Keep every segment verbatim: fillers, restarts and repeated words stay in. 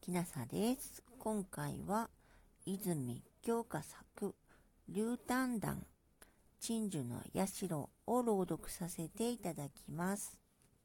きなさです。今回は泉鏡花作竜丹団鎮守の社を朗読させていただきます。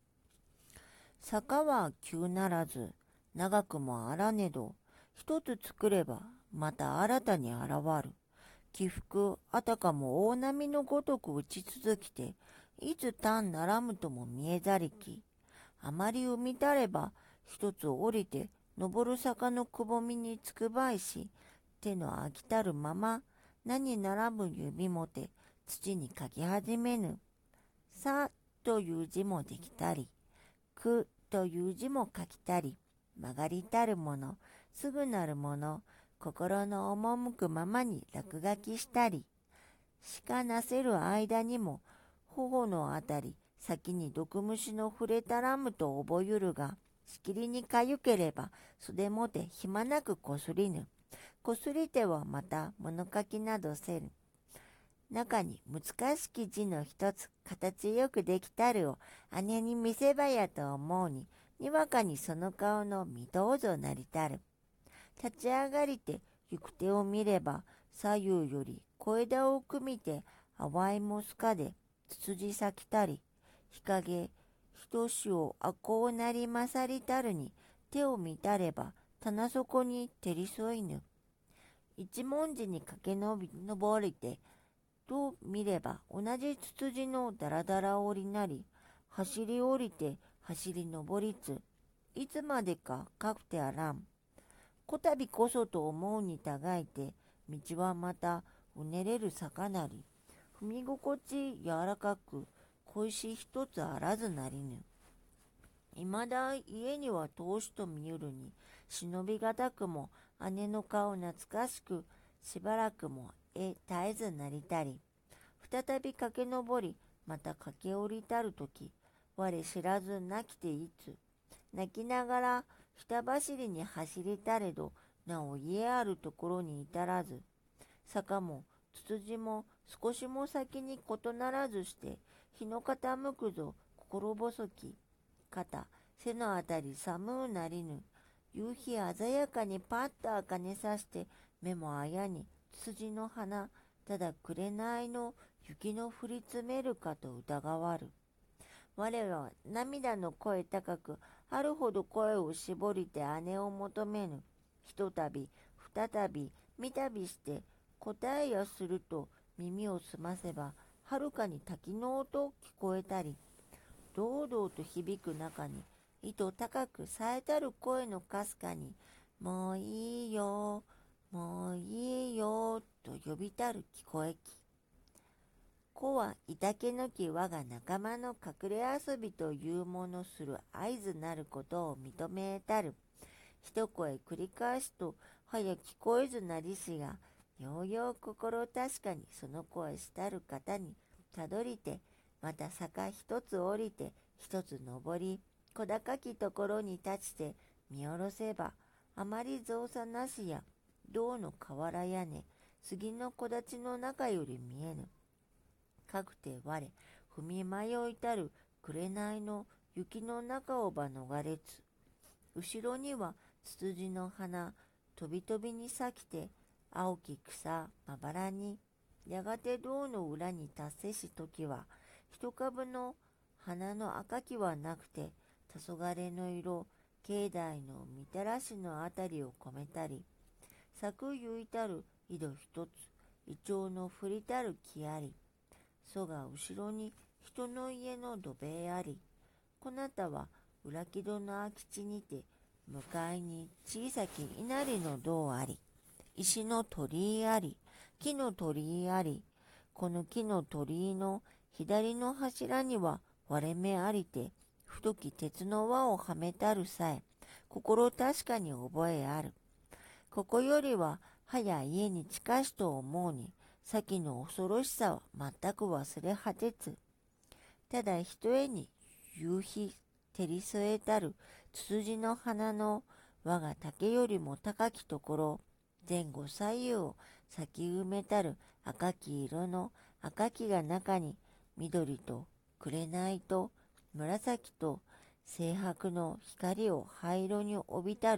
坂は急ならず長くもあらねど、一つ作ればまた新たに現る。起伏あたかも大波のごとく打ち続きて、いつ単ならむとも見えざりき。あまり生みたれば一つ降りて登る坂のくぼみにつくばいし、手の飽きたるまま何ならむ指もて土に書き始めぬ。さという字もできたり、くという字も書きたり、曲がりたるもの、すぐなるもの、心の赴くままに落書きしたり、しかなせる間にも頬のあたり、先に毒虫の触れたらむと覚ゆるが、しきりにかゆければ袖もて暇なくこすりぬ。こすり手はまた物書きなどせる。中に難しき字の一つ、形よくできたるを姉に見せばやと思うに、にわかにその顔の見通ぞなりたる。立ち上がりて行く手を見れば、左右より小枝を組みて淡いもすかでつつじ咲きたり、日陰ひとしをあこうなりまさりたるに、手を見たれば棚底に照り添いぬ。一文字に駆けのび登りてと見れば、同じつつじのだらだら折りなり、走り降りて走り登りつ、いつまでかかくてあらん。こたびこそと思うにたがいて、道はまたうねれる坂なり、踏み心地柔らかく、小石一つあらずなりぬ。いまだ家には通しと見ゆるに、忍びがたくも姉の顔懐かしく、しばらくもえ絶えずなりたり、再び駆け上り、また駆け下りたるとき、我知らず泣きていつ、泣きながらひた走りに走りたれど、なお家あるところに至らず、坂もつつじも少しも先に異ならずして、日の傾くぞ心細き、肩、背のあたり寒うなりぬ。夕日鮮やかにパッと赤にさして、目もあやにつつじの花、ただ紅の雪の降り詰めるかと疑わる。我は涙の声高く、春ほど声を絞りて姉を求めぬ。ひとたび、再び、三たびして、答えやすると耳を澄ませば、はるかに滝の音聞こえたり、堂々と響く中に、糸高く冴えたる声のかすかに、もういいよ、もういいよ、と呼びたる聞こえき。子はいたけのき我が仲間の隠れ遊びというものする合図なることを認めたる。一声繰り返すと、はや聞こえずなりしが、ようよう心確かにその声したる方にたどりて、また坂一つ降りて一つ登り、小高きところに立ちて見下ろせば、あまり造作なしや銅の瓦屋根、杉の木立の中より見えぬ。かくて我踏み迷いたる紅の雪の中をば逃れつ、後ろにはツツジの花飛び飛びに咲きて、青き草まばらに、やがて銅の裏に達せし時は、一株の花の赤きはなくて、黄昏の色、境内のみたらしのあたりを込めたり、咲くゆいたる井戸一つ、イチョウの降りたる木あり、そが後ろに人の家の土塀あり、こなたは裏木戸の空き地にて、向かいに小さき稲荷の銅あり、石の鳥居あり、木の鳥居あり、この木の鳥居の左の柱には割れ目ありて、太き鉄の輪をはめたるさえ、心確かに覚えある。ここよりははや家に近しと思うに、先の恐ろしさは全く忘れ果てつ。ただひとえに夕日照り添えたるツツジの花の我が竹よりも高きところ、前後左右を咲き埋めたる赤き色の赤きが中に、緑と紅と紫と青白の光を灰色に帯びたる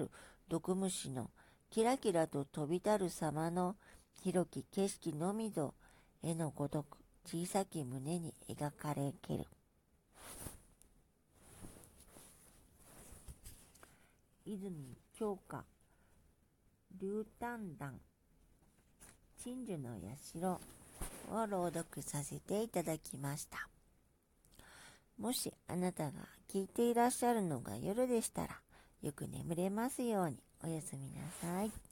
毒虫のキラキラと飛び立る様の広き景色のみぞ絵のごとく小さき胸に描かれける。泉鏡花龍丹団鎮守の社を朗読させていただきました。もしあなたが聞いていらっしゃるのが夜でしたら、よく眠れますようにおやすみなさい。